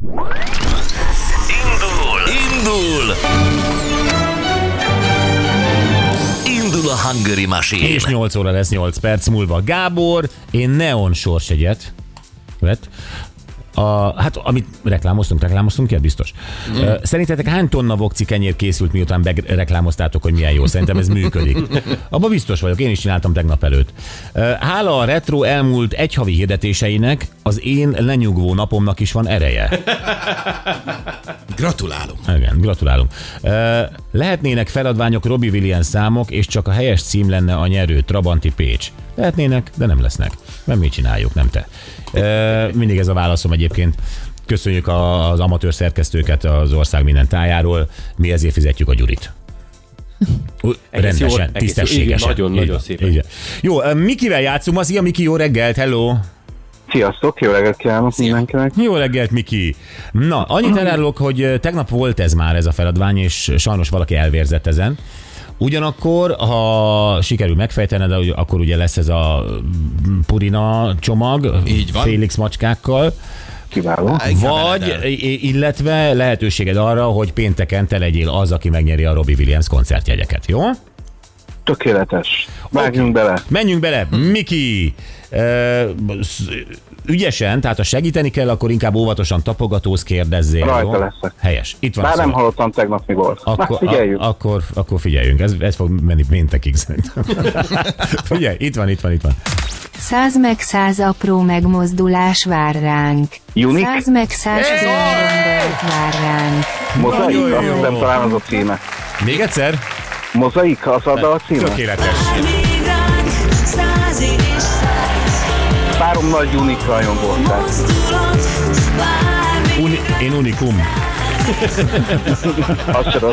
Indul a Hungary Machine. És 8 óra lesz 8 perc múlva. Gábor, én neon sorsjegyet vett. Hát, amit reklámoztunk ki, biztos. Szerintetek hány tonna vokci kenyér készült, miután reklámoztátok, hogy milyen jó? Szerintem ez működik. Abban biztos vagyok, én is csináltam tegnap előtt. Hála a Retro elmúlt egy havi hirdetéseinek, az én lenyugvó napomnak is van ereje. Gratulálunk. Igen, gratulálunk. Lehetnének feladványok Robbie Williams számok, és csak a helyes cím lenne a nyerő, Trabanti Pécs. Lehetnének, de nem lesznek. Mert mi csináljuk, nem te. Mindig ez a válaszom egyébként. Köszönjük az amatőr szerkesztőket az ország minden tájáról. Mi ezért fizetjük a Gyurit. Rendesen, tisztességesen. Nagyon-nagyon szépen. Jó, Mikivel játszunk ma. Szia, Miki, jó reggelt, hello! Sziasztok, jó reggelt kívánok mindenkinek. Jó reggelt, Miki! Na, annyit elárulok, hogy tegnap volt ez már ez a feladvány, és sajnos valaki elvérzett ezen. Ugyanakkor, ha sikerül megfejtened, akkor ugye lesz ez a Purina csomag, Félix macskákkal. Kiváló. Vagy, illetve lehetőséged arra, hogy pénteken te legyél az, aki megnyeri a Robbie Williams koncertjegyeket, jó? Tökéletes. Vágjunk bele. Menjünk bele. Miki, ügyesen, tehát ha segíteni kell, akkor inkább óvatosan tapogatóz, kérdezzél. Rajta leszek. Helyes. Itt van. Bár nem hallottam tegnap, mi volt. Figyeljünk. Akkor figyeljünk. Ez fog menni péntekig szerintem. Figyelj, itt van. 100 meg 100 apró megmozdulás vár ránk. Unik? 100 meg 100 filmrendelt vár ránk. Mozaik, azt hiszem talán az a címe. Még egyszer? Mozaik, az a dal címe? Tökéletes. Párom nagy Unik rajongó voltál. Én unikum. Azt se rossz.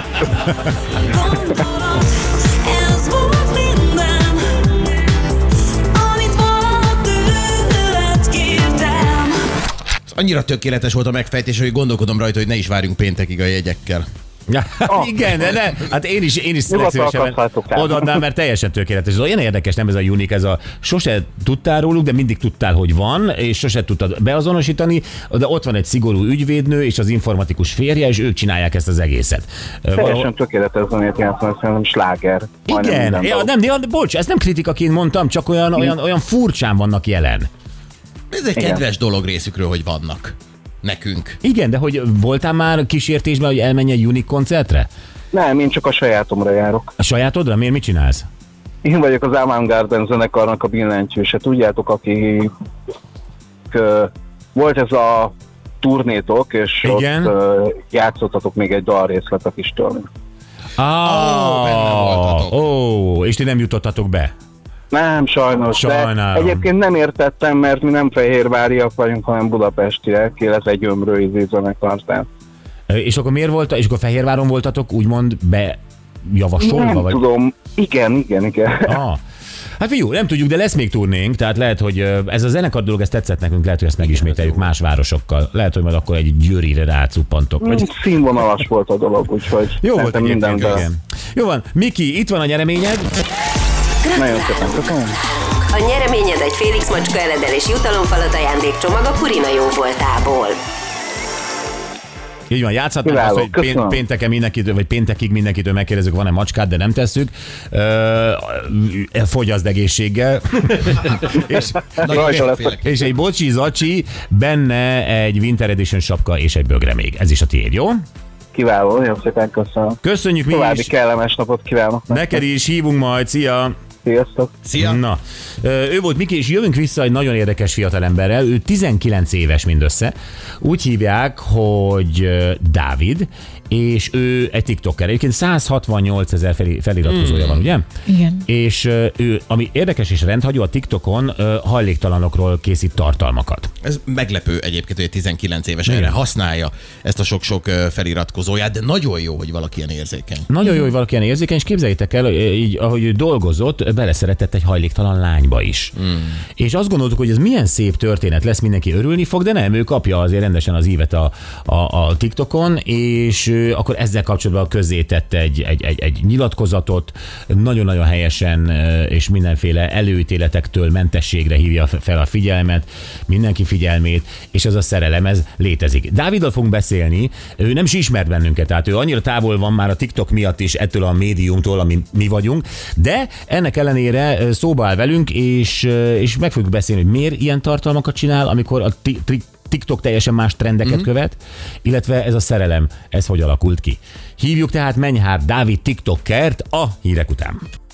Annyira tökéletes volt a megfejtés, hogy gondolkodom rajta, hogy ne is várjunk péntekig a jegyekkel. Igen, de hát én is legszívesebben odaadnám, mert teljesen tökéletes. Ez olyan érdekes, nem ez a unik, ez a sose tudtál róluk, de mindig tudtál, hogy van, és sose tudtad beazonosítani, de ott van egy szigorú ügyvédnő, és az informatikus férje, és ők csinálják ezt az egészet. Teljesen tökéletes, amit játszom, szerintem sláger. Igen, de bocs, ezt nem kritikaként mondtam, csak olyan furcsán vannak jelen. Ez egy kedves dolog részükről, hogy vannak. Nekünk. Igen, de hogy voltál már kísértésben, hogy elmenj egy Unik koncertre? Nem, én csak a sajátomra járok. A sajátodra? Miért mit csinálsz? Én vagyok az Avantgarden zenekarnak a billentyűse. Tudjátok, aki volt ez a turnétok, és igen? Ott játszottatok még egy dalrészlet a kis tornán. És ti nem jutottatok be? Nem, sajnos. De egyébként nem értettem, mert mi nem fehérváriak vagyunk, hanem budapestiek, illetve egy ömrőizi zenekartán. És akkor miért volt, és akkor Fehérváron voltatok úgymond bejavasolva? Nem vagy? tudom. Igen. Hát figyelj, nem tudjuk, de lesz még turnénk, tehát lehet, hogy ez a zenekar dolog, ez tetszett nekünk, lehet, hogy ezt megismételjük más városokkal. Lehet, hogy majd akkor egy Győrire rácuppantok. Vagy... Színvonalas volt a dolog, úgyhogy jó volt minden. Jó van, Miki, itt van a nyereményed. Nagyon szépen köszönöm. A nyereményed egy Félix macska eledelés jutalomfalat ajándékcsomag a Purina jó voltából. Így van, játszhatnánk azt, hogy pénteken mindenkitől, vagy péntekig mindenkitől megkérdezzük, van-e macskád, de nem tesszük. Fogyaszd egészséggel. és egy bocsi zacsi, benne egy Winter Edition sapka és egy bögre még. Ez is a tiéd, jó? Kiváló, nagyon szépen köszönöm. Köszönjük mi is. További kellemes napot kívánok. Neked is, hívunk majd, szia! Sziasztok! Szia! Na, ő volt Miki, és jövünk vissza egy nagyon érdekes fiatalemberrel. Ő 19 éves mindössze. Úgy hívják, hogy Dávid, és ő egy TikToker. Egyébként 168 000 feliratkozója van, ugye? Igen. És ő, ami érdekes és rendhagyó, a TikTokon hajléktalanokról készít tartalmakat. Ez meglepő egyébként, hogy 19 éves erre használja ezt a sok-sok feliratkozóját, de nagyon jó, hogy valaki ilyen érzékeny. Nagyon jó, hogy valaki ilyen érzékeny, és képzeljétek el, így, ahogy ő dolgozott, beleszeretett egy hajléktalan lányba is. És azt gondoltuk, hogy ez milyen szép történet lesz, mindenki örülni fog, de nem, ő kapja azért rendesen az ívet a TikTokon, és akkor ezzel kapcsolatban közzétette egy nyilatkozatot, nagyon-nagyon helyesen és mindenféle előítéletektől mentességre hívja fel a figyelmet, mindenki figyelmét, és ez a szerelem, ez létezik. Dáviddal fogunk beszélni, ő nem is ismert bennünket, tehát ő annyira távol van már a TikTok miatt is ettől a médiumtól, ami mi vagyunk, de ennek ellenére szóba áll velünk, és meg fogjuk beszélni, hogy miért ilyen tartalmakat csinál, amikor a TikTok teljesen más trendeket követ, illetve ez a szerelem, ez hogy alakult ki. Hívjuk tehát Menyhár Dávid TikTokert a hírek után.